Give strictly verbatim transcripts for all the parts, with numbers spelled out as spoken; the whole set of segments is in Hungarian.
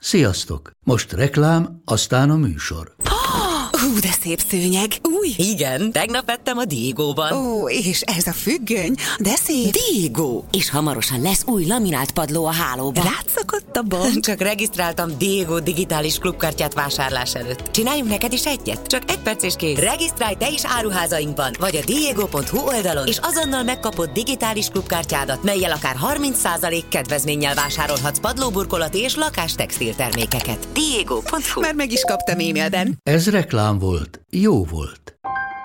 Sziasztok! Most reklám, aztán a műsor. Hú, de szép szőnyeg. Új? Igen, tegnap vettem a Diegóban. Ó, és ez a függöny, de szép. Diegó! És hamarosan lesz új laminált padló a hálóban. Rátszakadt a bank. Csak regisztráltam Diegó digitális klubkártyát vásárlás előtt. Csináljunk neked is egyet? Csak egy perc és kész. Regisztrálj te is áruházainkban, vagy a diego pont hu oldalon, és azonnal megkapod digitális klubkártyádat, mellyel akár harminc százalék kedvezménnyel vásárolhatsz padlóburkolati és lakástextil termékeket. diego pont hu. Már meg is kaptam e-mailben. Ez reklám volt, jó volt.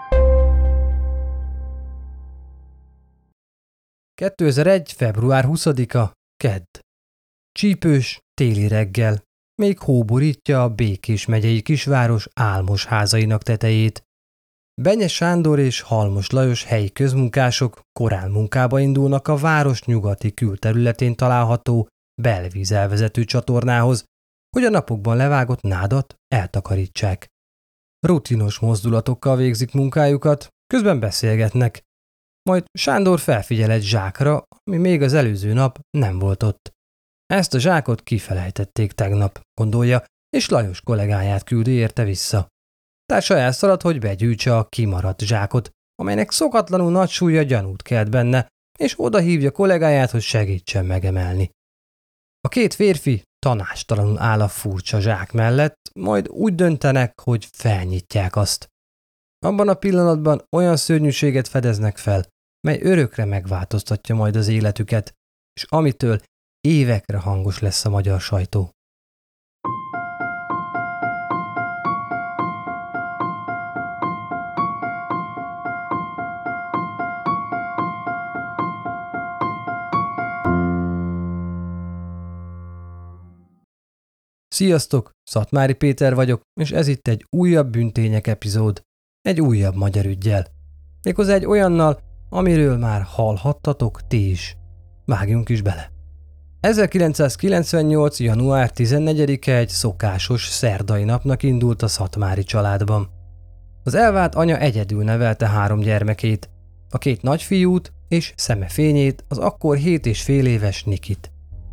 kétezer-egy. február huszadika. Kedd. Csípős, téli reggel. Még hó borítja a Békés megyei kisváros álmos házainak tetejét. Benye Sándor és Halmos Lajos helyi közmunkások korán munkába indulnak a város nyugati külterületén található belvíz elvezető csatornához, hogy a napokban levágott nádat eltakarítsák. Rutinos mozdulatokkal végzik munkájukat, közben beszélgetnek. Majd Sándor felfigyel egy zsákra, ami még az előző nap nem volt ott. Ezt a zsákot kifelejtették tegnap, gondolja, és Lajos kollégáját küldi érte vissza. Társa elszalad, hogy begyűjtse a kimaradt zsákot, amelynek szokatlanul nagy súlya gyanút kelt benne, és oda hívja kollégáját, hogy segítsen megemelni. A két férfi tanástalanul áll a furcsa zsák mellett, majd úgy döntenek, hogy felnyitják azt. Abban a pillanatban olyan szörnyűséget fedeznek fel, mely örökre megváltoztatja majd az életüket, és amitől évekre hangos lesz a magyar sajtó. Sziasztok, Szatmári Péter vagyok, és ez itt egy újabb Bűntények epizód, egy újabb magyar üggyel. Méghozzá egy olyannal, amiről már hallhattatok ti is. Vágjunk is bele. ezerkilencszázkilencvennyolc. január tizennegyedike egy szokásos szerdai napnak indult a Szatmári családban. Az elvált anya egyedül nevelte három gyermekét, a két nagyfiút és szemefényét, az akkor hét és fél éves Nikit.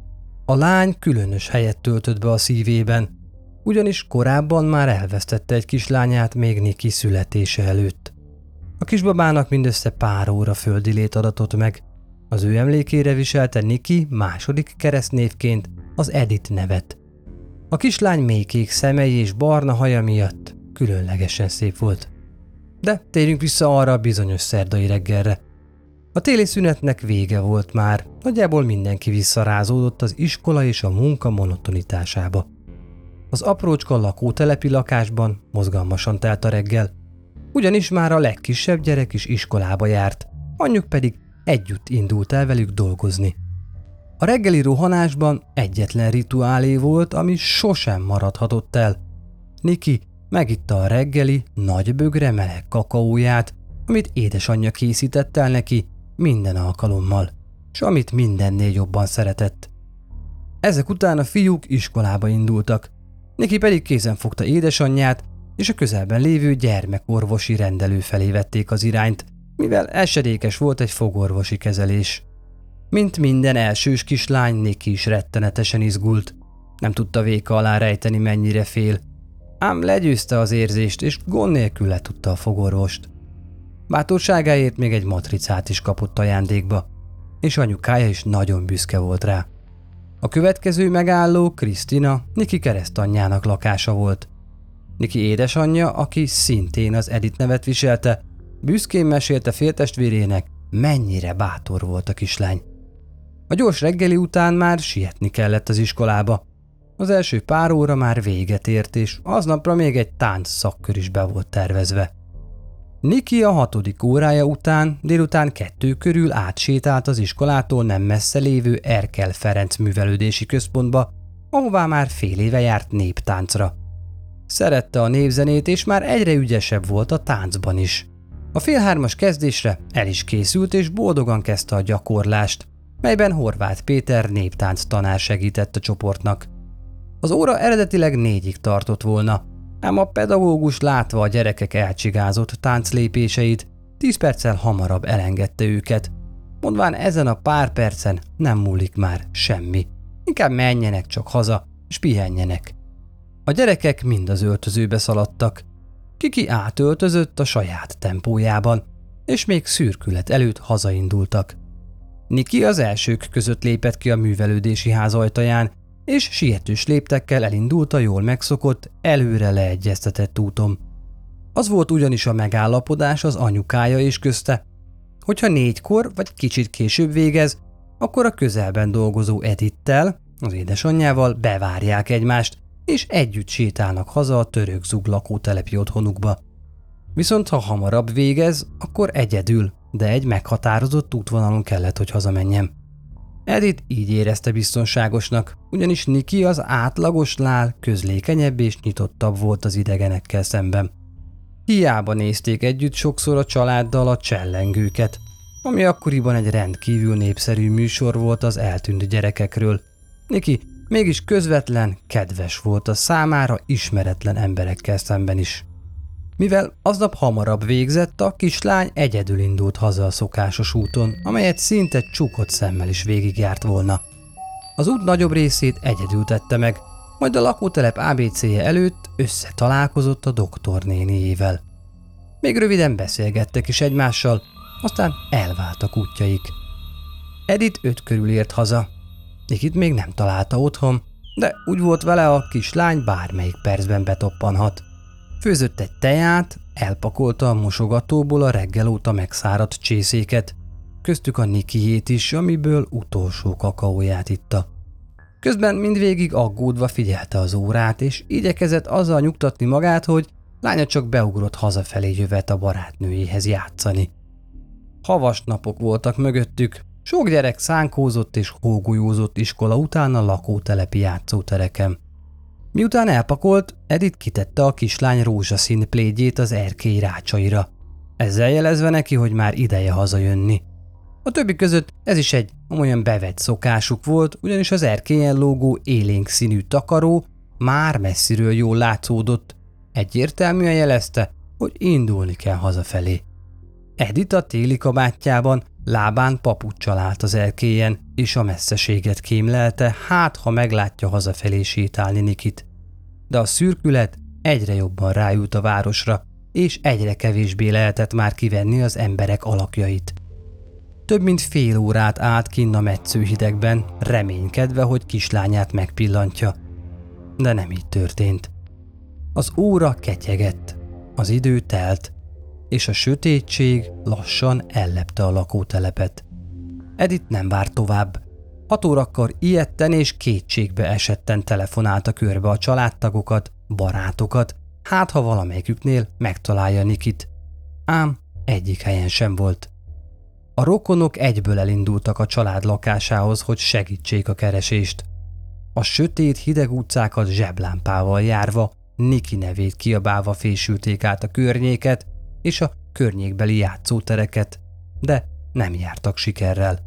A lány különös helyet töltött be a szívében, ugyanis korábban már elvesztette egy kislányát még Niki születése előtt. A kisbabának mindössze pár óra földi lét adatott meg, az ő emlékére viselte Niki második keresztnévként az Edith nevet. A kislány mélykék szemei és barna haja miatt különlegesen szép volt. De térjünk vissza arra a bizonyos szerdai reggelre. A téli szünetnek vége volt már, nagyjából mindenki visszarázódott az iskola és a munka monotonitásába. Az aprócska lakótelepi lakásban mozgalmasan telt a reggel, ugyanis már a legkisebb gyerek is iskolába járt, anyjuk pedig együtt indult el velük dolgozni. A reggeli rohanásban egyetlen rituálé volt, ami sosem maradhatott el. Niki megitta a reggeli, nagy bögre meleg kakaóját, amit édesanyja készített el neki minden alkalommal, s amit mindennél jobban szeretett. Ezek után a fiúk iskolába indultak, Niki pedig kézen fogta édesanyját, és a közelben lévő gyermekorvosi rendelő felé vették az irányt, mivel esedékes volt egy fogorvosi kezelés. Mint minden elsős kislány, Niki is rettenetesen izgult. Nem tudta véka alá rejteni, mennyire fél, ám legyőzte az érzést, és gond nélkül letudta a fogorvost. Bátorságáért még egy matricát is kapott ajándékba, és anyukája is nagyon büszke volt rá. A következő megálló Krisztina Niki keresztanyjának lakása volt. Niki édesanyja, aki szintén az Edith nevet viselte, büszkén mesélte féltestvérének, mennyire bátor volt a kislány. A gyors reggeli után már sietni kellett az iskolába. Az első pár óra már véget ért, és aznapra még egy tánc szakkör is be volt tervezve. Niki a hatodik órája után délután kettő körül átsétált az iskolától nem messze lévő Erkel Ferenc művelődési központba, ahová már fél éve járt néptáncra. Szerette a népzenét, és már egyre ügyesebb volt a táncban is. A fél hármas kezdésre el is készült, és boldogan kezdte a gyakorlást, melyben Horváth Péter néptánc tanár segített a csoportnak. Az óra eredetileg négyig tartott volna, ám a pedagógus látva a gyerekek elcsigázott tánclépéseit, tíz perccel hamarabb elengedte őket, mondván ezen a pár percen nem múlik már semmi. Inkább menjenek csak haza, és pihenjenek. A gyerekek mind az öltözőbe szaladtak. Kiki átöltözött a saját tempójában, és még szürkület előtt hazaindultak. Niki az elsők között lépett ki a művelődési ház ajtaján, és sietős léptekkel elindult a jól megszokott, előre leegyeztetett úton. Az volt ugyanis a megállapodás az anyukája és közte, hogyha négykor vagy kicsit később végez, akkor a közelben dolgozó Edittel, az édesanyjával bevárják egymást, és együtt sétálnak haza a török zug lakótelepi otthonukba. Viszont ha hamarabb végez, akkor egyedül, de egy meghatározott útvonalon kellett, hogy hazamenjem. Edith így érezte biztonságosnak, ugyanis Niki az átlagosnál közlékenyebb és nyitottabb volt az idegenekkel szemben. Hiába nézték együtt sokszor a családdal a Csellengőket, ami akkoriban egy rendkívül népszerű műsor volt az eltűnt gyerekekről. Niki mégis közvetlen, kedves volt a számára ismeretlen emberekkel szemben is. Mivel aznap hamarabb végzett, a kislány egyedül indult haza a szokásos úton, amelyet szinte csukott szemmel is végigjárt volna. Az út nagyobb részét egyedül tette meg, majd a lakótelep á bé cé-je előtt összetalálkozott a doktornéniével. Még röviden beszélgettek is egymással, aztán elváltak útjaik. Edith öt körül ért haza. Nikit még nem találta otthon, de úgy volt vele, a kislány bármelyik percben betoppanhat. Főzött egy teját, elpakolta a mosogatóból a reggel óta megszáradt csészéket, köztük a Nikiét is, amiből utolsó kakaóját itta. Közben mindvégig aggódva figyelte az órát, és igyekezett azzal nyugtatni magát, hogy lánya csak beugrott hazafelé jövet a barátnőjéhez játszani. Havas napok voltak mögöttük, sok gyerek szánkózott és hógolyózott iskola után a lakótelepi játszótereken. Miután elpakolt, Edith kitette a kislány rózsaszín plédjét az erkély rácsaira, ezzel jelezve neki, hogy már ideje hazajönni. A többi között ez is egy olyan bevett szokásuk volt, ugyanis az erkélyen lógó élénk színű takaró már messziről jól látszódott, egyértelműen jelezte, hogy indulni kell hazafelé. Edith a téli kabátjában lábán papuccsal állt az erkélyen, és a messzeséget kémlelte, hát ha meglátja hazafelé sétálni Nikit. De a szürkület egyre jobban rájut a városra, és egyre kevésbé lehetett már kivenni az emberek alakjait. Több mint fél órát állt kinn a metsző hidegben, reménykedve, hogy kislányát megpillantja. De nem így történt. Az óra ketyegett, az idő telt, és a sötétség lassan ellepte a lakótelepet. Edith nem várt tovább. Hat órakor ijedten és kétségbe esetten telefonálta körbe a családtagokat, barátokat, hát ha valamelyiküknél megtalálja Nikit. Ám egyik helyen sem volt. A rokonok egyből elindultak a család lakásához, hogy segítsék a keresést. A sötét, hideg utcákat zseblámpával járva, Niki nevét kiabálva fésülték át a környéket és a környékbeli játszótereket, de nem jártak sikerrel.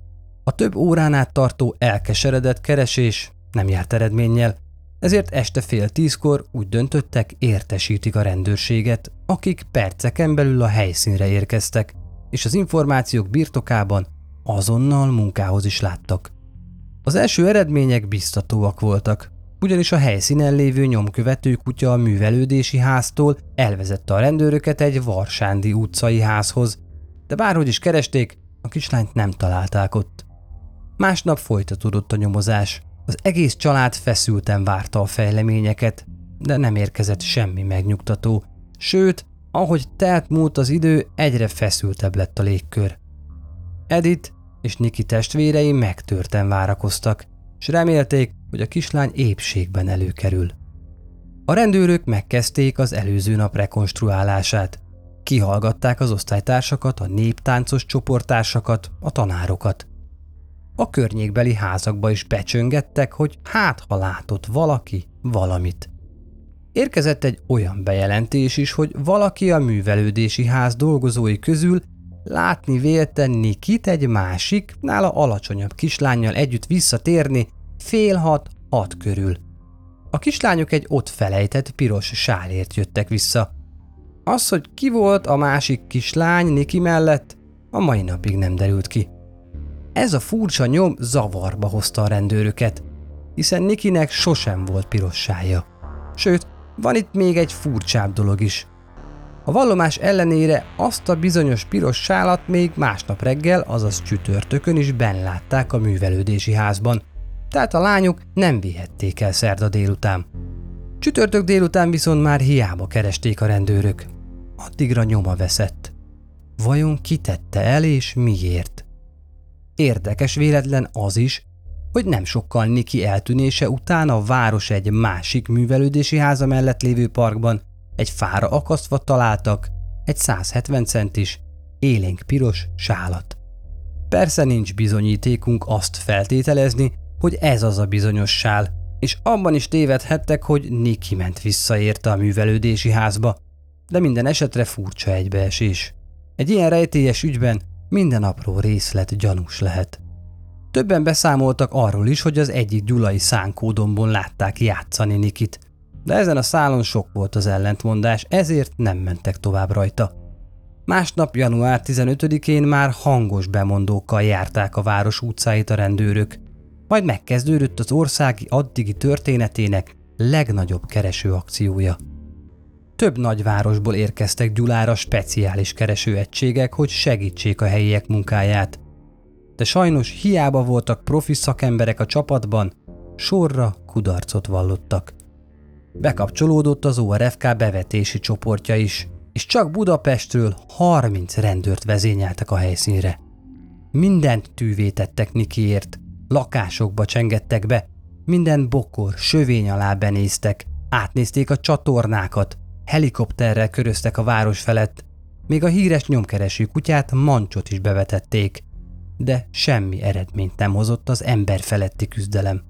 A több órán át tartó elkeseredett keresés nem járt eredménnyel, ezért este fél tízkor úgy döntöttek, értesítik a rendőrséget, akik perceken belül a helyszínre érkeztek, és az információk birtokában azonnal munkához is láttak. Az első eredmények biztatóak voltak, ugyanis a helyszínen lévő nyomkövető kutya a művelődési háztól elvezette a rendőröket egy varsándi utcai házhoz, de bárhogy is keresték, a kislányt nem találták ott. Másnap folytatódott a nyomozás. Az egész család feszülten várta a fejleményeket, de nem érkezett semmi megnyugtató, sőt, ahogy telt múlt az idő, egyre feszültebb lett a légkör. Edith és Niki testvérei megtörten várakoztak, és remélték, hogy a kislány épségben előkerül. A rendőrök megkezdték az előző nap rekonstruálását. Kihallgatták az osztálytársakat, a néptáncos csoporttársakat, a tanárokat. A környékbeli házakba is becsöngettek, hogy hát ha látott valaki valamit. Érkezett egy olyan bejelentés is, hogy valaki a művelődési ház dolgozói közül látni vélte Nikit egy másik, nála alacsonyabb kislánnyal együtt visszatérni fél hat-hat körül. A kislányok egy ott felejtett piros sálért jöttek vissza. Az, hogy ki volt a másik kislány Niki mellett, a mai napig nem derült ki. Ez a furcsa nyom zavarba hozta a rendőröket. hiszen Nikinek sosem volt piros sája. Sőt, van itt még egy furcsább dolog is. A vallomás ellenére azt a bizonyos piros sálat még másnap reggel, azaz csütörtökön is benn látták a művelődési házban, tehát a lányok nem vihették el szerda délután. Csütörtök délután viszont már hiába keresték a rendőrök. Addigra nyoma veszett. Vajon ki tette el és miért? Érdekes véletlen az is, hogy nem sokkal Niki eltűnése után a város egy másik művelődési háza mellett lévő parkban egy fára akasztva találtak egy száz hetven centis, élénk piros sálat. Persze nincs bizonyítékunk azt feltételezni, hogy ez az a bizonyos sál, és abban is tévedhettek, hogy Niki ment vissza érte a művelődési házba, de minden esetre furcsa egybeesés. Egy ilyen rejtélyes ügyben minden apró részlet gyanús lehet. Többen beszámoltak arról is, hogy az egyik gyulai szánkódombon látták játszani Nikit, de ezen a szálon sok volt az ellentmondás, ezért nem mentek tovább rajta. Másnap január tizenötödikén már hangos bemondókkal járták a város utcáit a rendőrök, majd megkezdődött az országi addigi történetének legnagyobb keresőakciója. Több nagyvárosból érkeztek Gyulára speciális keresőegységek, hogy segítsék a helyiek munkáját. De sajnos hiába voltak profi szakemberek a csapatban, sorra kudarcot vallottak. Bekapcsolódott az o er ef ká bevetési csoportja is, és csak Budapestről harminc rendőrt vezényeltek a helyszínre. Mindent tűvé tettek Nikiért, lakásokba csengettek be, minden bokor, sövény alá benéztek, átnézték a csatornákat, helikopterrel köröztek a város felett, még a híres nyomkereső kutyát, Mancsot is bevetették, de semmi eredményt nem hozott az ember feletti küzdelem.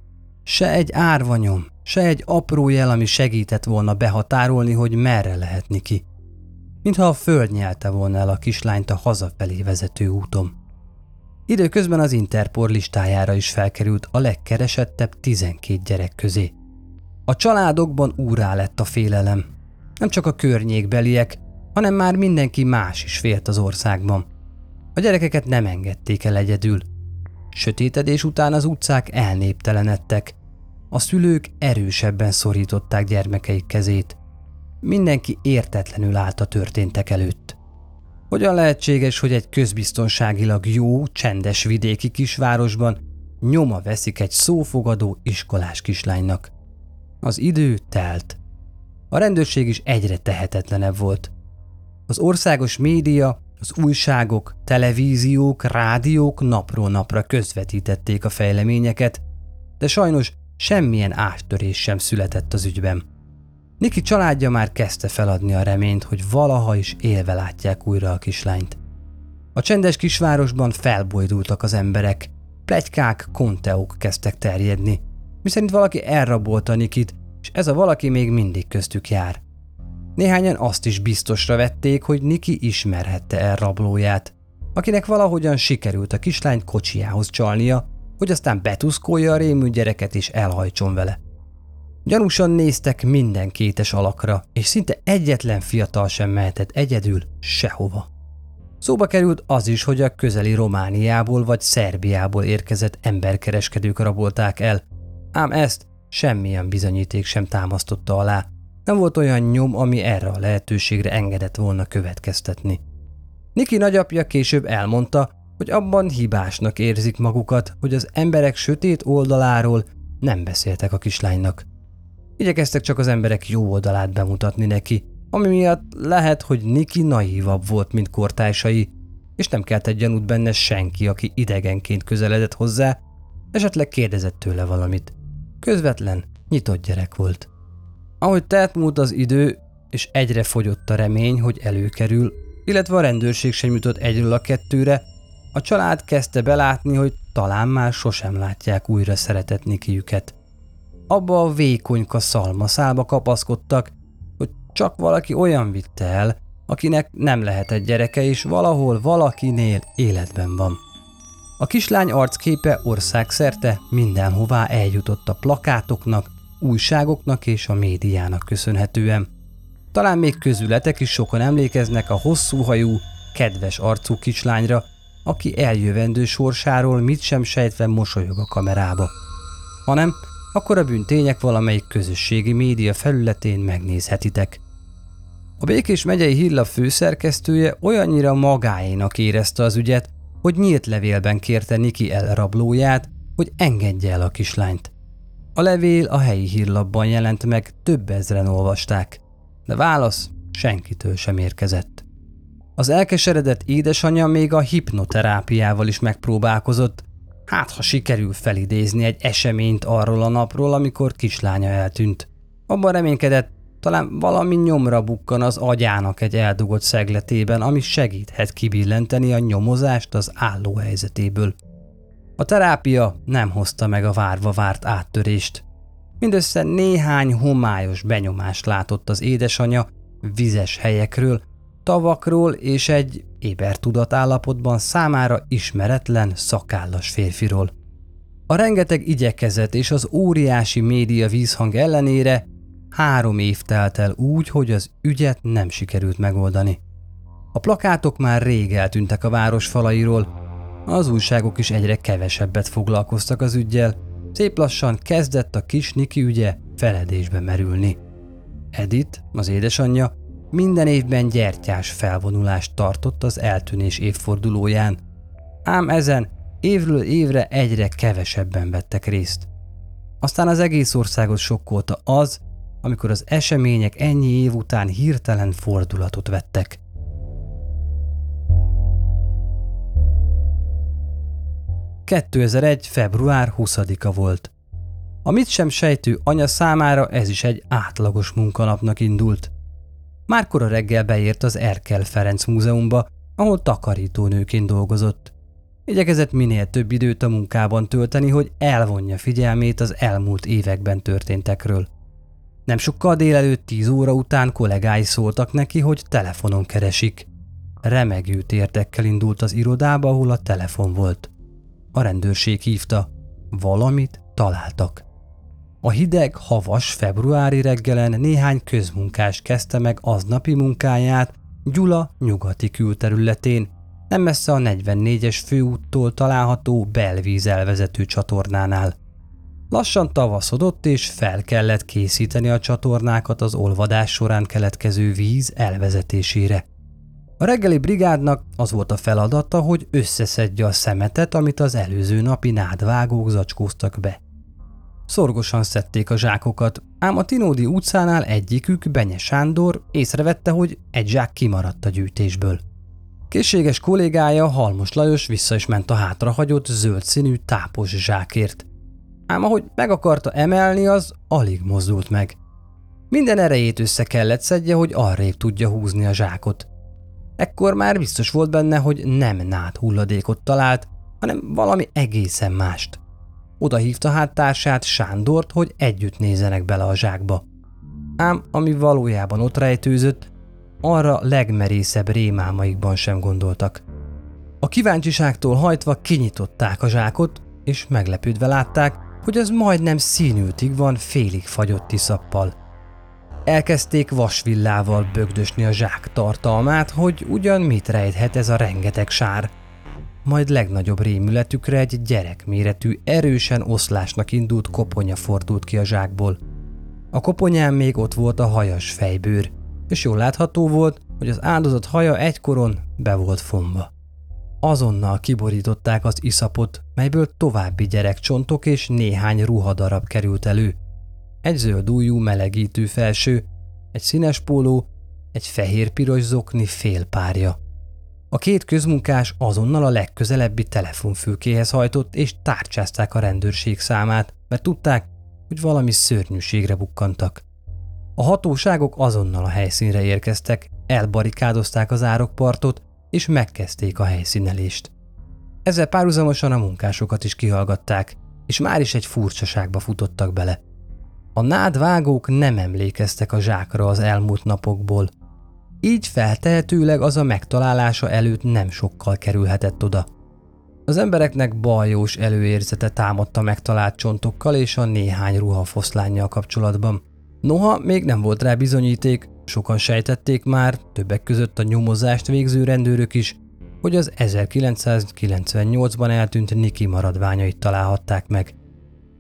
Se egy árvanyom, se egy apró jel, ami segített volna behatárolni, hogy merre lehet Niki. Mintha a föld nyelte volna el a kislányt a hazafelé vezető úton. Időközben az Interpol listájára is felkerült a legkeresettebb tizenkét gyerek közé. A családokban úrrá lett a félelem. Nem csak a környékbeliek, hanem már mindenki más is félt az országban. A gyerekeket nem engedték el egyedül. Sötétedés után az utcák elnéptelenedtek. A szülők erősebben szorították gyermekeik kezét. Mindenki értetlenül állt a történtek előtt. Hogyan lehetséges, hogy egy közbiztonságilag jó, csendes vidéki kisvárosban nyoma veszik egy szófogadó iskolás kislánynak? Az idő telt. A rendőrség is egyre tehetetlenebb volt. Az országos média, az újságok, televíziók, rádiók napról napra közvetítették a fejleményeket, de sajnos semmilyen áttörés sem született az ügyben. Niki családja már kezdte feladni a reményt, hogy valaha is élve látják újra a kislányt. A csendes kisvárosban felbojdultak az emberek, pletykák, konteók kezdtek terjedni, miszerint valaki elrabolta Nikit, és ez a valaki még mindig köztük jár. Néhányan azt is biztosra vették, hogy Niki ismerhette el rablóját, akinek valahogyan sikerült a kislányt kocsijához csalnia, hogy aztán betuszkolja a rémű gyereket és elhajtson vele. Gyanúsan néztek minden kétes alakra, és szinte egyetlen fiatal sem mehetett egyedül sehova. Szóba került az is, hogy a közeli Romániából vagy Szerbiából érkezett emberkereskedők rabolták el, ám ezt semmilyen bizonyíték sem támasztotta alá. Nem volt olyan nyom, ami erre a lehetőségre engedett volna következtetni. Niki nagyapja később elmondta, hogy abban hibásnak érzik magukat, hogy az emberek sötét oldaláról nem beszéltek a kislánynak. Igyekeztek csak az emberek jó oldalát bemutatni neki, ami miatt lehet, hogy Niki naívabb volt, mint kortársai, és nem keltett gyanút benne senki, aki idegenként közeledett hozzá, esetleg kérdezett tőle valamit. Közvetlen, nyitott gyerek volt. Ahogy telt múlt az idő, és egyre fogyott a remény, hogy előkerül, illetve a rendőrség sem jutott egyről a kettőre, a család kezdte belátni, hogy talán már sosem látják újra szeretett Nikiüket. Abba a vékonyka szalmaszálba kapaszkodtak, hogy csak valaki olyan vitte el, akinek nem lehetett gyereke, és valahol valakinél életben van. A kislány arcképe országszerte mindenhová eljutott a plakátoknak, újságoknak és a médiának köszönhetően. Talán még közületek is sokan emlékeznek a hosszúhajú, kedves arcú kislányra, aki eljövendő sorsáról mit sem sejtve mosolyog a kamerába. hanem akkor a bűntények valamelyik közösségi média felületén megnézhetitek. A Békés megyei hírlap főszerkesztője olyannyira magáénak érezte az ügyet, hogy nyílt levélben kérte Niki elrablóját, hogy engedje el a kislányt. A levél a helyi hírlapban jelent meg, több ezren olvasták, de válasz senkitől sem érkezett. Az elkeseredett édesanyja még a hipnoterápiával is megpróbálkozott, hát ha sikerül felidézni egy eseményt arról a napról, amikor kislánya eltűnt. Abban reménykedett, talán valami nyomra bukkan az agyának egy eldugott szegletében, ami segíthet kibillenteni a nyomozást az állóhelyzetéből. A terápia nem hozta meg a várva várt áttörést. Mindössze néhány homályos benyomást látott az édesanyja vizes helyekről, tavakról és egy ébertudat állapotban számára ismeretlen szakállas férfiról. A rengeteg igyekezet és az óriási média vízhang ellenére három év telt el úgy, hogy az ügyet nem sikerült megoldani. A plakátok már rég eltűntek a város falairól, az újságok is egyre kevesebbet foglalkoztak az üggyel, szép lassan kezdett a kis Niki ügye feledésbe merülni. Edith, az édesanyja, minden évben gyertyás felvonulást tartott az eltűnés évfordulóján, ám ezen évről évre egyre kevesebben vettek részt. Aztán az egész országot sokkolta az, amikor az események ennyi év után hirtelen fordulatot vettek. kétezer-egy. február huszadika volt. A mit sem sejtő anya számára ez is egy átlagos munkanapnak indult. Már kora reggel beért az Erkel Ferenc Múzeumba, ahol takarítónőként dolgozott. Igyekezett minél több időt a munkában tölteni, hogy elvonja figyelmét az elmúlt években történtekről. Nem sokkal délelőtt tíz óra után kollégái szóltak neki, hogy telefonon keresik. Remegő térdekkel indult az irodába, ahol a telefon volt. A rendőrség hívta. Valamit találtak. A hideg, havas februári reggelen néhány közmunkás kezdte meg aznapi munkáját Gyula nyugati külterületén, nem messze a negyvennégyes főúttól található belvíz elvezető csatornánál. Lassan tavaszodott, és fel kellett készíteni a csatornákat az olvadás során keletkező víz elvezetésére. A reggeli brigádnak az volt a feladata, hogy összeszedje a szemetet, amit az előző napi nádvágók zacskóztak be. Szorgosan szedték a zsákokat, ám a Tinódi utcánál egyikük, Benye Sándor észrevette, hogy egy zsák kimaradt a gyűjtésből. Készséges kollégája, Halmos Lajos vissza is ment a hátrahagyott zöld színű tápos zsákért. Ám ahogy meg akarta emelni, az alig mozdult meg. Minden erejét össze kellett szedje, hogy arrébb tudja húzni a zsákot. Ekkor már biztos volt benne, hogy nem nád hulladékot talált, hanem valami egészen mást. Oda hívta hát társát, Sándort, hogy együtt nézzenek bele a zsákba. Ám ami valójában ott rejtőzött, arra legmerészebb rémálmaikban sem gondoltak. A kíváncsiságtól hajtva kinyitották a zsákot, és meglepődve látták, hogy az majdnem színültig van félig fagyott iszappal. Elkezdték vasvillával bögdösni a zsák tartalmát, hogy ugyan mit rejthet ez a rengeteg sár. Majd legnagyobb rémületükre egy gyerekméretű, erősen oszlásnak indult koponya fordult ki a zsákból. A koponyán még ott volt a hajas fejbőr, és jól látható volt, hogy az áldozat haja egykoron be volt fonva. Azonnal kiborították az iszapot, melyből további gyerekcsontok és néhány ruhadarab került elő. Egy zöld ujjú melegítő felső, egy színes póló, egy fehér-piros zokni félpárja. A két közmunkás azonnal a legközelebbi telefonfülkéhez hajtott, és tárcsázták a rendőrség számát, mert tudták, hogy valami szörnyűségre bukkantak. A hatóságok azonnal a helyszínre érkeztek, elbarikádozták az árokpartot, és megkezdték a helyszínelést. Ezzel párhuzamosan a munkásokat is kihallgatták, és már is egy furcsaságba futottak bele. A nádvágók nem emlékeztek a zsákra az elmúlt napokból. Így feltehetőleg az a megtalálása előtt nem sokkal kerülhetett oda. Az embereknek baljós előérzete támadt a megtalált csontokkal és a néhány ruhafoszlánnyal kapcsolatban. Noha még nem volt rá bizonyíték, sokan sejtették már, többek között a nyomozást végző rendőrök is, hogy az ezerkilencszázkilencvennyolcban eltűnt Niki maradványait találhatták meg.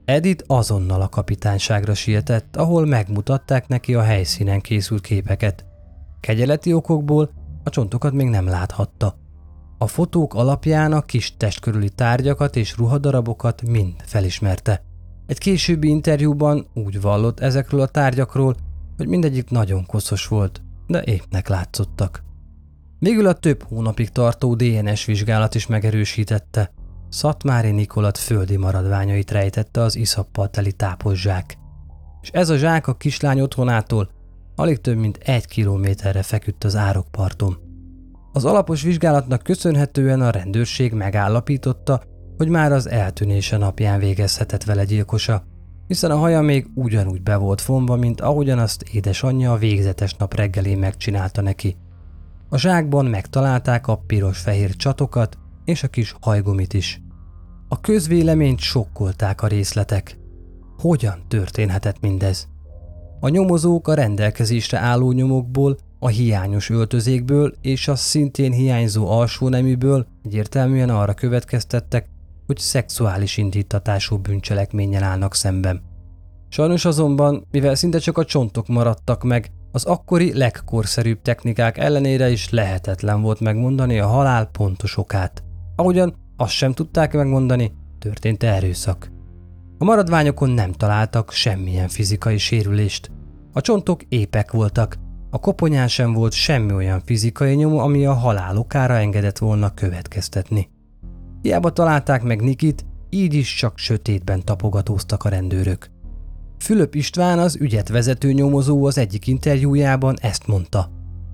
Edith azonnal a kapitányságra sietett, ahol megmutatták neki a helyszínen készült képeket. Kegyeleti okokból a csontokat még nem láthatta. A fotók alapján a kis test körüli tárgyakat és ruhadarabokat mind felismerte. Egy későbbi interjúban úgy vallott ezekről a tárgyakról, hogy mindegyik nagyon koszos volt, de éppnek látszottak. Végül a több hónapig tartó dé en es vizsgálat is megerősítette. Szatmári Nikolat földi maradványait rejtette az iszappal teli tápos zsák. És ez a zsák a kislány otthonától alig több mint egy kilométerre feküdt az árokparton. Az alapos vizsgálatnak köszönhetően a rendőrség megállapította, hogy már az eltűnése napján végezhetett vele gyilkosa, hiszen a haja még ugyanúgy be volt fonva, mint ahogyan azt édesanyja a végzetes nap reggelén megcsinálta neki. A zsákban megtalálták a piros-fehér csatokat és a kis hajgumit is. A közvéleményt sokkolták a részletek. Hogyan történhetett mindez? A nyomozók a rendelkezésre álló nyomokból, a hiányos öltözékből és a szintén hiányzó alsóneműből egyértelműen arra következtettek, hogy szexuális indítatású bűncselekménnyel állnak szemben. Sajnos azonban, mivel szinte csak a csontok maradtak meg, az akkori legkorszerűbb technikák ellenére is lehetetlen volt megmondani a halál pontos okát. Ahogyan azt sem tudták megmondani, történt erőszak. A maradványokon nem találtak semmilyen fizikai sérülést. A csontok épek voltak, a koponyán sem volt semmi olyan fizikai nyom, ami a halál okára engedett volna következtetni. Hiába találták meg Nikit, így is csak sötétben tapogatóztak a rendőrök. Fülöp István, az ügyet vezető nyomozó az egyik interjújában ezt mondta.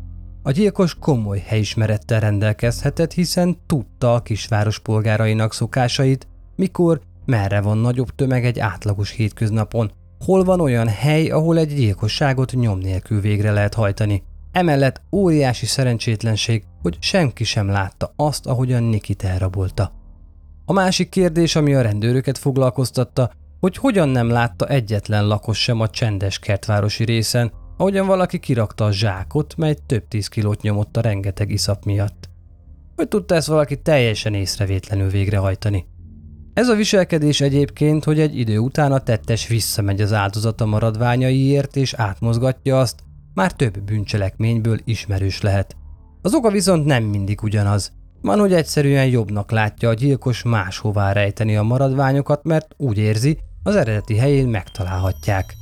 A gyilkos komoly helyismerettel rendelkezhetett, hiszen tudta a kisváros polgárainak szokásait, mikor, merre van nagyobb tömeg egy átlagos hétköznapon, hol van olyan hely, ahol egy gyilkosságot nyom nélkül végre lehet hajtani. Emellett óriási szerencsétlenség, hogy senki sem látta azt, ahogyan Nikit elrabolta. A másik kérdés, ami a rendőröket foglalkoztatta, hogy hogyan nem látta egyetlen lakos sem a csendes kertvárosi részen, ahogyan valaki kirakta a zsákot, mely több tíz kilót nyomott a rengeteg iszap miatt. Hogy tudta ezt valaki teljesen észrevétlenül végrehajtani? Ez a viselkedés egyébként, hogy egy idő után a tettes visszamegy az áldozata maradványaiért és átmozgatja azt, már több bűncselekményből ismerős lehet. Az oka viszont nem mindig ugyanaz. Van, hogy egyszerűen jobbnak látja a gyilkos máshová rejteni a maradványokat, mert úgy érzi, az eredeti helyén megtalálhatják.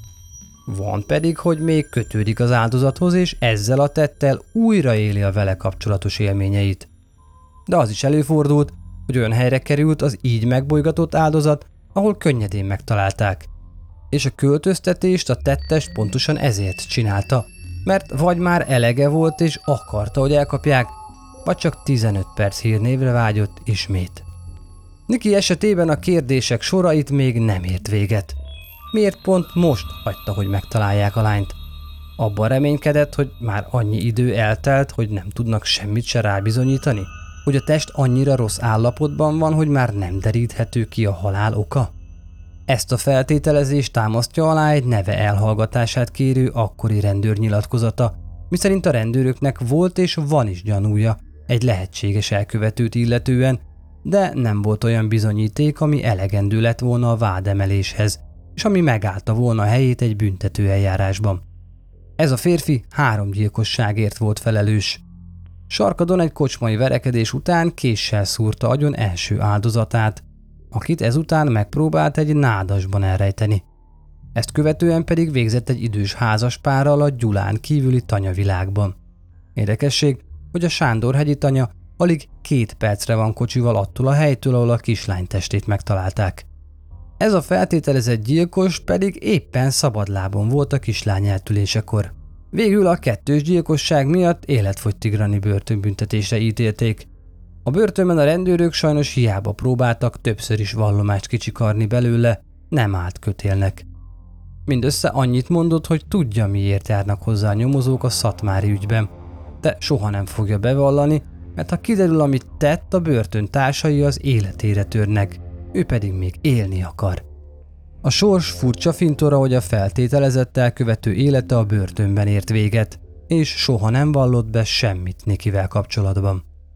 Van pedig, hogy még kötődik az áldozathoz, és ezzel a tettel újraéli a vele kapcsolatos élményeit. De az is előfordult, hogy olyan helyre került az így megbolygatott áldozat, ahol könnyedén megtalálták. És a költöztetést a tettes pontosan ezért csinálta, mert vagy már elege volt és akarta, hogy elkapják, vagy csak tizenöt perc hírnévre vágyott ismét. Niki esetében a kérdések sorait még nem ért véget. Miért pont most hagyta, hogy megtalálják a lányt? Abban reménykedett, hogy már annyi idő eltelt, hogy nem tudnak semmit se rábizonyítani? Hogy a test annyira rossz állapotban van, hogy már nem deríthető ki a halál oka? Ezt a feltételezést támasztja alá egy neve elhallgatását kérő akkori rendőr nyilatkozata, miszerint a rendőröknek volt és van is gyanúja egy lehetséges elkövetőt illetően, de nem volt olyan bizonyíték, ami elegendő lett volna a vádemeléshez, és ami megállta volna a helyét egy büntető eljárásban. Ez a férfi három gyilkosságért volt felelős. Sarkadon egy kocsmai verekedés után késsel szúrta agyon első áldozatát, akit ezután megpróbált egy nádasban elrejteni. Ezt követően pedig végzett egy idős házaspárral a Gyulán kívüli tanyavilágban. Érdekesség, hogy a Sándorhegyi tanya alig két percre van kocsival attól a helytől, ahol a kislány testét megtalálták. Ez a feltételezett gyilkos pedig éppen szabadlábon volt a kislány eltűlésekor. Végül a kettős gyilkosság miatt életfogytigrani börtönbüntetésre ítélték. A börtönben a rendőrök sajnos hiába próbáltak többször is vallomást kicsikarni belőle, nem állt kötélnek. Mindössze annyit mondott, hogy tudja, miért járnak hozzá a nyomozók a szatmári ügyben, de soha nem fogja bevallani, mert ha kiderül, amit tett, a börtön társai az életére törnek, ő pedig még élni akar. A sors furcsa fintora, hogy a feltételezett elkövető élete a börtönben ért véget, és soha nem vallott be semmit Nikivel kapcsolatban.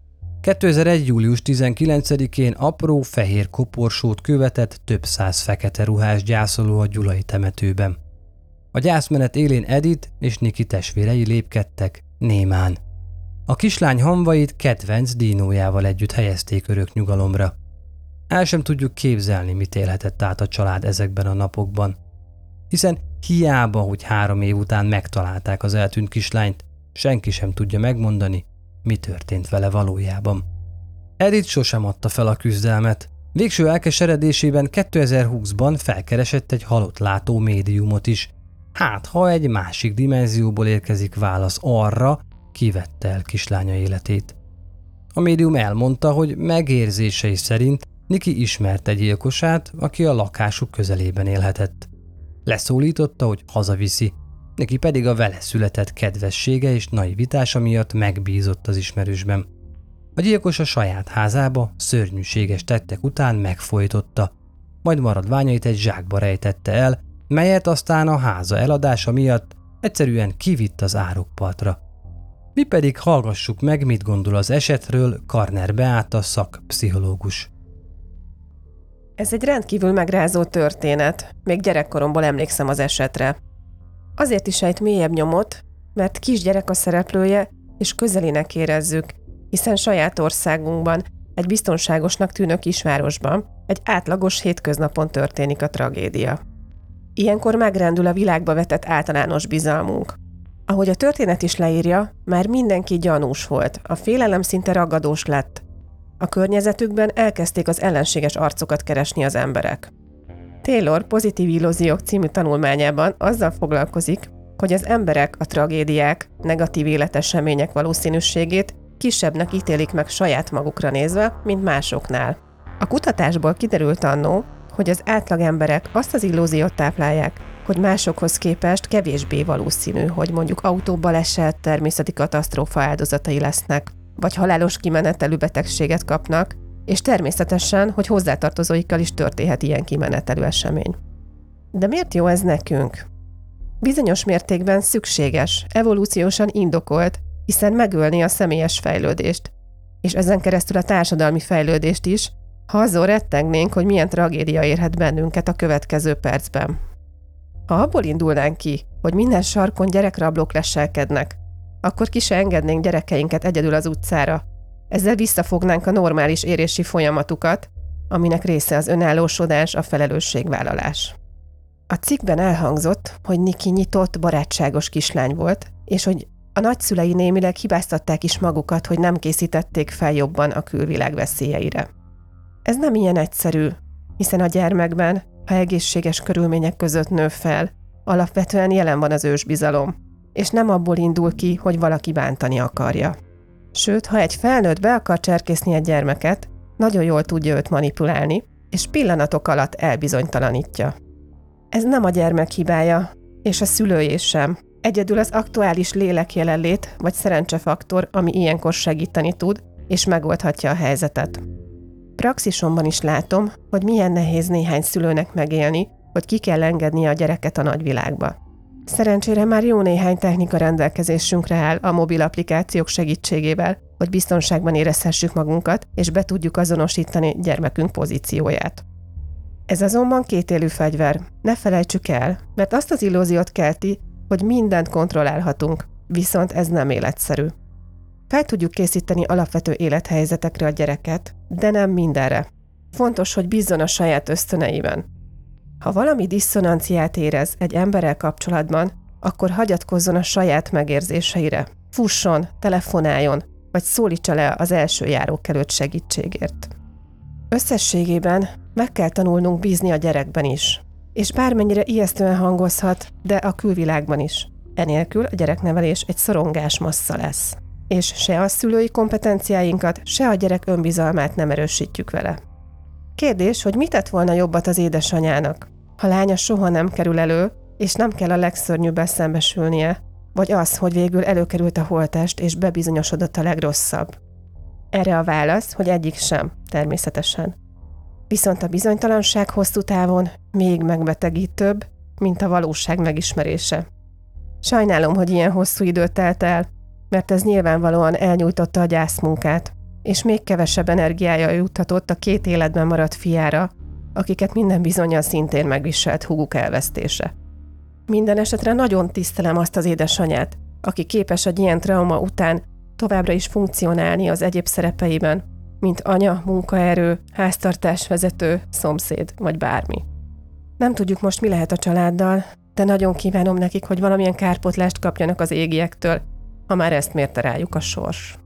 kétezer-egy. július tizenkilencedikén apró fehér koporsót követett több száz fekete ruhás gyászoló a gyulai temetőben. A gyászmenet élén Edith és Niki testvérei lépkedtek, némán. A kislány hamvait kedvenc dínójával együtt helyezték örök nyugalomra. El sem tudjuk képzelni, mit élhetett át a család ezekben a napokban. Hiszen hiába, hogy három év után megtalálták az eltűnt kislányt, senki sem tudja megmondani, mi történt vele valójában. Edith sosem adta fel a küzdelmet. Végső elkeseredésében kétezer-húszban felkeresett egy halott látó médiumot is. Hát, ha egy másik dimenzióból érkezik válasz arra, ki vette el kislánya életét. A médium elmondta, hogy megérzései szerint Niki ismerte egy gyilkosát, aki a lakásuk közelében élhetett. Leszólította, hogy hazaviszi, Niki pedig a vele született kedvessége és naivitása miatt megbízott az ismerősben. A gyilkos a saját házába szörnyűséges tettek után megfojtotta, majd maradványait egy zsákba rejtette el, melyet aztán a háza eladása miatt egyszerűen kivitt az árokpartra. Mi pedig hallgassuk meg, mit gondol az esetről Karner Beáta szakpszichológus. Ez egy rendkívül megrázó történet. Még gyerekkoromból emlékszem az esetre. Azért is ejt mélyebb nyomot, mert kisgyerek a szereplője, és közelének érezzük, hiszen saját országunkban, egy biztonságosnak tűnő kisvárosban, egy átlagos hétköznapon történik a tragédia. Ilyenkor megrendül a világba vetett általános bizalmunk. Ahogy a történet is leírja, már mindenki gyanús volt, a félelem szinte ragadós lett. A környezetükben elkezdték az ellenséges arcokat keresni az emberek. Taylor Pozitív illúziók című tanulmányában azzal foglalkozik, hogy az emberek a tragédiák, negatív életesemények valószínűségét kisebbnek ítélik meg saját magukra nézve, mint másoknál. A kutatásból kiderült annó, hogy az átlagemberek azt az illúziót táplálják, hogy másokhoz képest kevésbé valószínű, hogy mondjuk autóbaleset, természeti katasztrófa áldozatai lesznek, vagy halálos kimenetelű betegséget kapnak, és természetesen, hogy hozzátartozóikkal is történhet ilyen kimenetelű esemény. De miért jó ez nekünk? Bizonyos mértékben szükséges, evolúciósan indokolt, hiszen megölni a személyes fejlődést, és ezen keresztül a társadalmi fejlődést is, ha azon rettengnénk, hogy milyen tragédia érhet bennünket a következő percben. Ha abból indulnánk ki, hogy minden sarkon gyerekrablók leselkednek, akkor ki se engednénk gyerekeinket egyedül az utcára. Ezzel visszafognánk a normális érési folyamatukat, aminek része az önállósodás, a felelősségvállalás. A cikkben elhangzott, hogy Niki nyitott, barátságos kislány volt, és hogy a nagyszülei némileg hibáztatták is magukat, hogy nem készítették fel jobban a külvilág veszélyeire. Ez nem ilyen egyszerű, hiszen a gyermekben, ha egészséges körülmények között nő fel, alapvetően jelen van az ősbizalom, és nem abból indul ki, hogy valaki bántani akarja. Sőt, ha egy felnőtt be akar cserkészni egy gyermeket, nagyon jól tudja őt manipulálni, és pillanatok alatt elbizonytalanítja. Ez nem a gyermek hibája, és a szülőjé sem. Egyedül az aktuális lélekjelenlét vagy szerencsefaktor, ami ilyenkor segíteni tud, és megoldhatja a helyzetet. Praxisomban is látom, hogy milyen nehéz néhány szülőnek megélni, hogy ki kell engednie a gyereket a nagyvilágba. Szerencsére már jó néhány technika rendelkezésünkre áll a mobil applikációk segítségével, hogy biztonságban érezhessük magunkat, és be tudjuk azonosítani gyermekünk pozícióját. Ez azonban kétélű fegyver, ne felejtsük el, mert azt az illúziót kelti, hogy mindent kontrollálhatunk, viszont ez nem életszerű. Fel tudjuk készíteni alapvető élethelyzetekre a gyereket, de nem mindenre. Fontos, hogy bízzon a saját ösztöneiben. Ha valami diszonanciát érez egy emberrel kapcsolatban, akkor hagyatkozzon a saját megérzéseire. Fusson, telefonáljon, vagy szólítsa le az első járókelőt segítségért. Összességében meg kell tanulnunk bízni a gyerekben is. És bármennyire ijesztően hangozhat, de a külvilágban is. Enélkül a gyereknevelés egy szorongás massza lesz. És se a szülői kompetenciáinkat, se a gyerek önbizalmát nem erősítjük vele. Kérdés, hogy mit tett volna jobbat az édesanyának, ha lánya soha nem kerül elő, és nem kell a legszörnyűbbel szembesülnie, vagy az, hogy végül előkerült a holttest, és bebizonyosodott a legrosszabb. Erre a válasz, hogy egyik sem, természetesen. Viszont a bizonytalanság hosszú távon még megbetegítőbb, mint a valóság megismerése. Sajnálom, hogy ilyen hosszú idő telt el, mert ez nyilvánvalóan elnyújtotta a gyászmunkát, és még kevesebb energiája juthatott a két életben maradt fiára, akiket minden bizonnyal szintén megviselt húguk elvesztése. Minden esetre nagyon tisztelem azt az édesanyát, aki képes egy ilyen trauma után továbbra is funkcionálni az egyéb szerepeiben, mint anya, munkaerő, háztartásvezető, szomszéd vagy bármi. Nem tudjuk most, mi lehet a családdal, de nagyon kívánom nekik, hogy valamilyen kárpótlást kapjanak az égiektől, ha már ezt mérte rájuk a sors.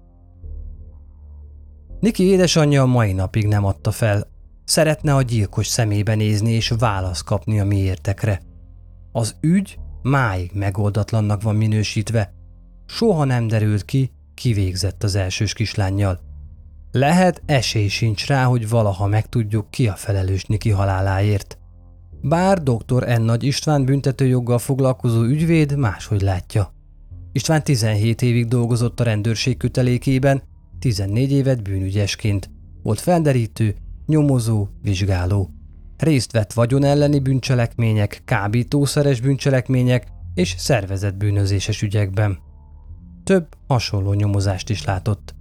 Niki édesanyja a mai napig nem adta fel. Szeretne a gyilkos szemébe nézni és választ kapni a miértekre. Az ügy máig megoldatlannak van minősítve. Soha nem derült ki, ki végzett az elsős kislánnyal. Lehet, esély sincs rá, hogy valaha megtudjuk, ki a felelős Niki haláláért. Bár dr. N. Nagy István büntetőjoggal foglalkozó ügyvéd máshogy látja. István tizenhét évig dolgozott a rendőrség kötelékében, tizennégy évet bűnügyesként. Volt felderítő, nyomozó, vizsgáló. Részt vett vagyon elleni bűncselekmények, kábítószeres bűncselekmények és szervezett bűnözéses ügyekben. Több hasonló nyomozást is látott.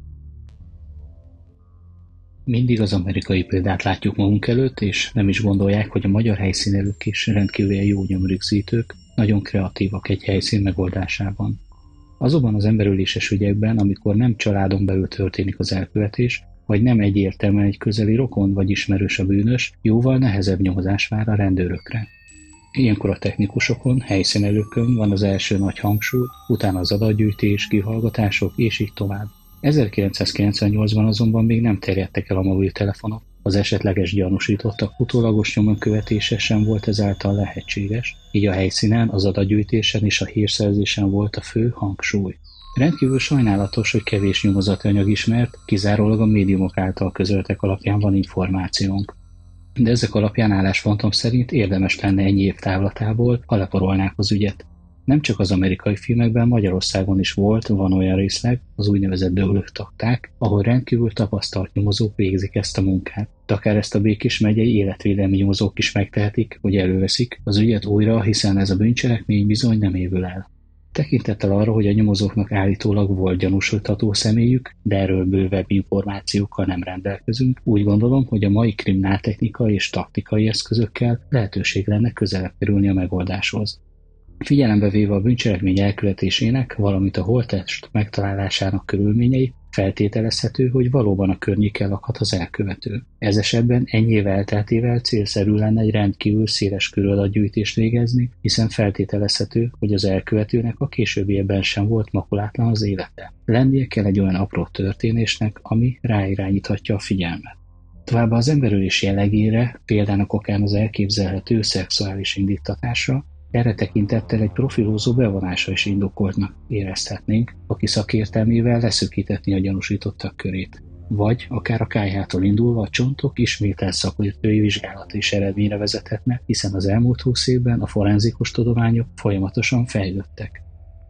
Mindig az amerikai példát látjuk magunk előtt, és nem is gondolják, hogy a magyar helyszínelők is rendkívül jó nyomrögzítők, nagyon kreatívak egy helyszín megoldásában. Azonban az emberöléses ügyekben, amikor nem családon belül történik az elkövetés, vagy nem egyértelműen egy közeli rokon vagy ismerős a bűnös, jóval nehezebb nyomozás vár a rendőrökre. Ilyenkor a technikusokon, helyszínelőkön van az első nagy hangsúly, utána az adatgyűjtés, kihallgatások és így tovább. ezerkilencszázkilencvennyolcban azonban még nem terjedtek el a mobiltelefonok, az esetleges gyanúsítottak utólagos nyomon követése sem volt ezáltal lehetséges, így a helyszínen, az adatgyűjtésen és a hírszerzésen volt a fő hangsúly. Rendkívül sajnálatos, hogy kevés nyomozati anyag ismert, kizárólag a médiumok által közöltek alapján van információnk. De ezek alapján álláspontom szerint érdemes lenne ennyi év távlatából, ha leporolnák az ügyet. Nem csak az amerikai filmekben, Magyarországon is volt, van olyan részleg, az úgynevezett döglők takták, ahol rendkívül tapasztalt nyomozók végzik ezt a munkát. De akár ezt a Békés megyei életvédelmi nyomozók is megtehetik, hogy előveszik az ügyet újra, hiszen ez a bűncselekmény bizony nem évül el. Tekintettel arra, hogy a nyomozóknak állítólag volt gyanúsítható személyük, de erről bővebb információkkal nem rendelkezünk, úgy gondolom, hogy a mai krimináltechnikai és taktikai eszközökkel lehetőség lenne közelebb kerülni a megoldáshoz. Figyelembe véve a bűncselekmény elkövetésének, valamint a holttest megtalálásának körülményei, feltételezhető, hogy valóban a környéken lakhat az elkövető. Ez esetben ennyi év elteltével célszerű lenne egy rendkívül széles körű adatgyűjtést végezni, hiszen feltételezhető, hogy az elkövetőnek a későbbiekben sem volt makulátlan az élete. Lennie kell egy olyan apró történésnek, ami ráirányíthatja a figyelmet. Továbbá az emberölés jellegére, példának okán az elképzelhető szexuális indítatásra, erre tekintettel egy profilozó bevonása is indokoltnak érezhetnénk, aki szakértelmével leszűkítetni a gyanúsítottak körét. Vagy akár a kályhától indulva a csontok ismételt szakértői vizsgálata is eredményre vezethetne, hiszen az elmúlt húsz évben a forenzikus tudományok folyamatosan fejlődtek.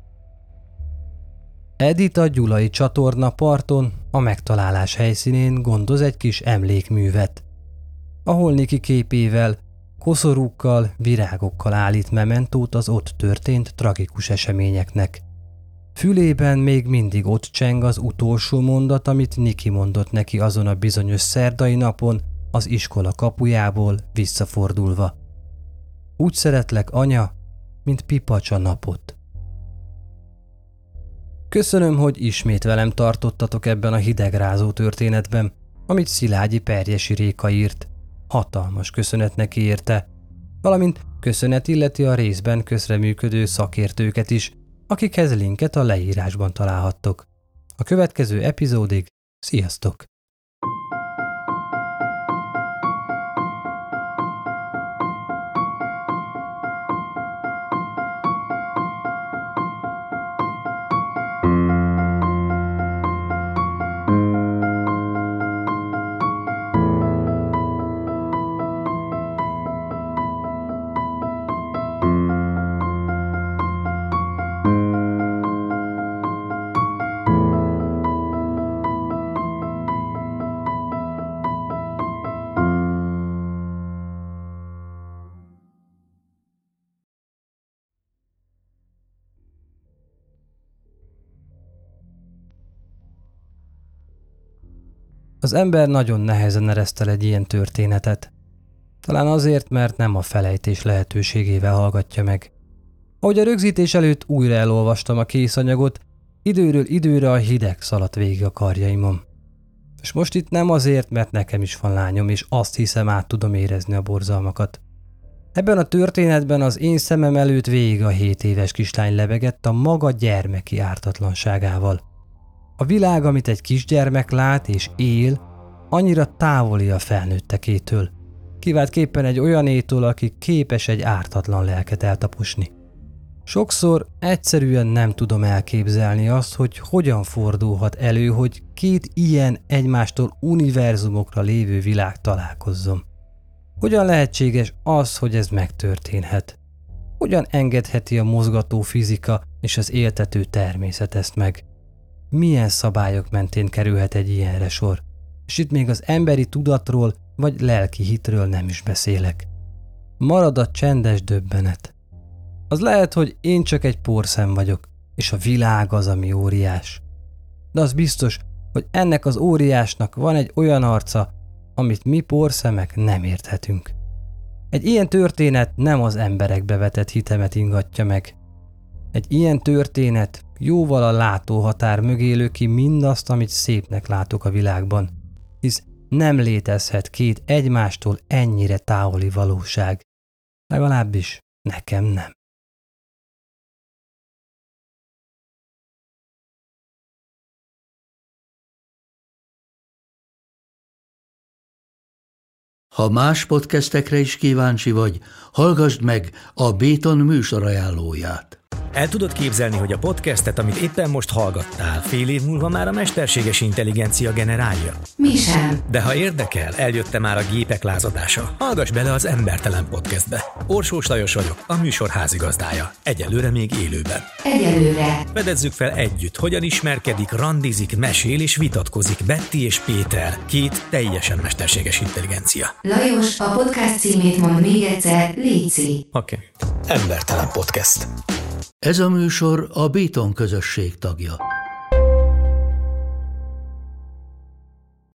Edith a Gyulai csatorna parton, a megtalálás helyszínén gondoz egy kis emlékművet, ahol Niki képével, koszorúkkal, virágokkal állít mementót az ott történt tragikus eseményeknek. Fülében még mindig ott cseng az utolsó mondat, amit Niki mondott neki azon a bizonyos szerdai napon az iskola kapujából visszafordulva. Úgy szeretlek, anya, mint pipacsa napot. Köszönöm, hogy ismét velem tartottatok ebben a hidegrázó történetben, amit Szilágyi Perjesi Réka írt. Hatalmas köszönet neki érte, valamint köszönet illeti a részben közreműködő szakértőket is, akikhez linket a leírásban találhattok. A következő epizódig sziasztok! Az ember nagyon nehezen eresztel egy ilyen történetet. Talán azért, mert nem a felejtés lehetőségével hallgatja meg. Ahogy a rögzítés előtt újra elolvastam a készanyagot, időről időre a hideg szaladt végig a karjaimon. És most itt nem azért, mert nekem is van lányom, és azt hiszem, át tudom érezni a borzalmakat. Ebben a történetben az én szemem előtt végig a hét éves kislány lebegett a maga gyermeki ártatlanságával. A világ, amit egy kisgyermek lát és él, annyira távoli a felnőttekétől, kiváltképpen egy olyanétól, aki képes egy ártatlan lelket eltaposni. Sokszor egyszerűen nem tudom elképzelni azt, hogy hogyan fordulhat elő, hogy két ilyen egymástól univerzumokra lévő világ találkozzon. Hogyan lehetséges az, hogy ez megtörténhet? Hogyan engedheti a mozgató fizika és az éltető természet ezt meg? Milyen szabályok mentén kerülhet egy ilyenre sor? És itt még az emberi tudatról vagy lelki hitről nem is beszélek. Marad a csendes döbbenet. Az lehet, hogy én csak egy porszem vagyok, és a világ az, ami óriás. De az biztos, hogy ennek az óriásnak van egy olyan arca, amit mi porszemek nem érthetünk. Egy ilyen történet nem az emberekbe vetett hitemet ingatja meg. Egy ilyen történet jóval a látóhatár mögé lő ki mindazt, amit szépnek látok a világban, hisz nem létezhet két egymástól ennyire távoli valóság. Legalábbis nekem nem. Ha más podcastekre is kíváncsi vagy, hallgassd meg a Béton műsor ajánlóját. El tudod képzelni, hogy a podcastet, amit éppen most hallgattál, fél év múlva már a mesterséges intelligencia generálja? Mi sem. De ha érdekel, eljött már a gépek lázadása. Hallgass bele az Embertelen Podcastbe. Orsós Lajos vagyok, a műsor házigazdája. Egyelőre még élőben. Egyelőre. Fedezzük fel együtt, hogyan ismerkedik, randizik, mesél és vitatkozik Betty és Péter, két teljesen mesterséges intelligencia. Lajos, a podcast címét mond még egyszer, léci. Oké. Okay. Embertelen Podcast. Ez a műsor a Béton közösség tagja.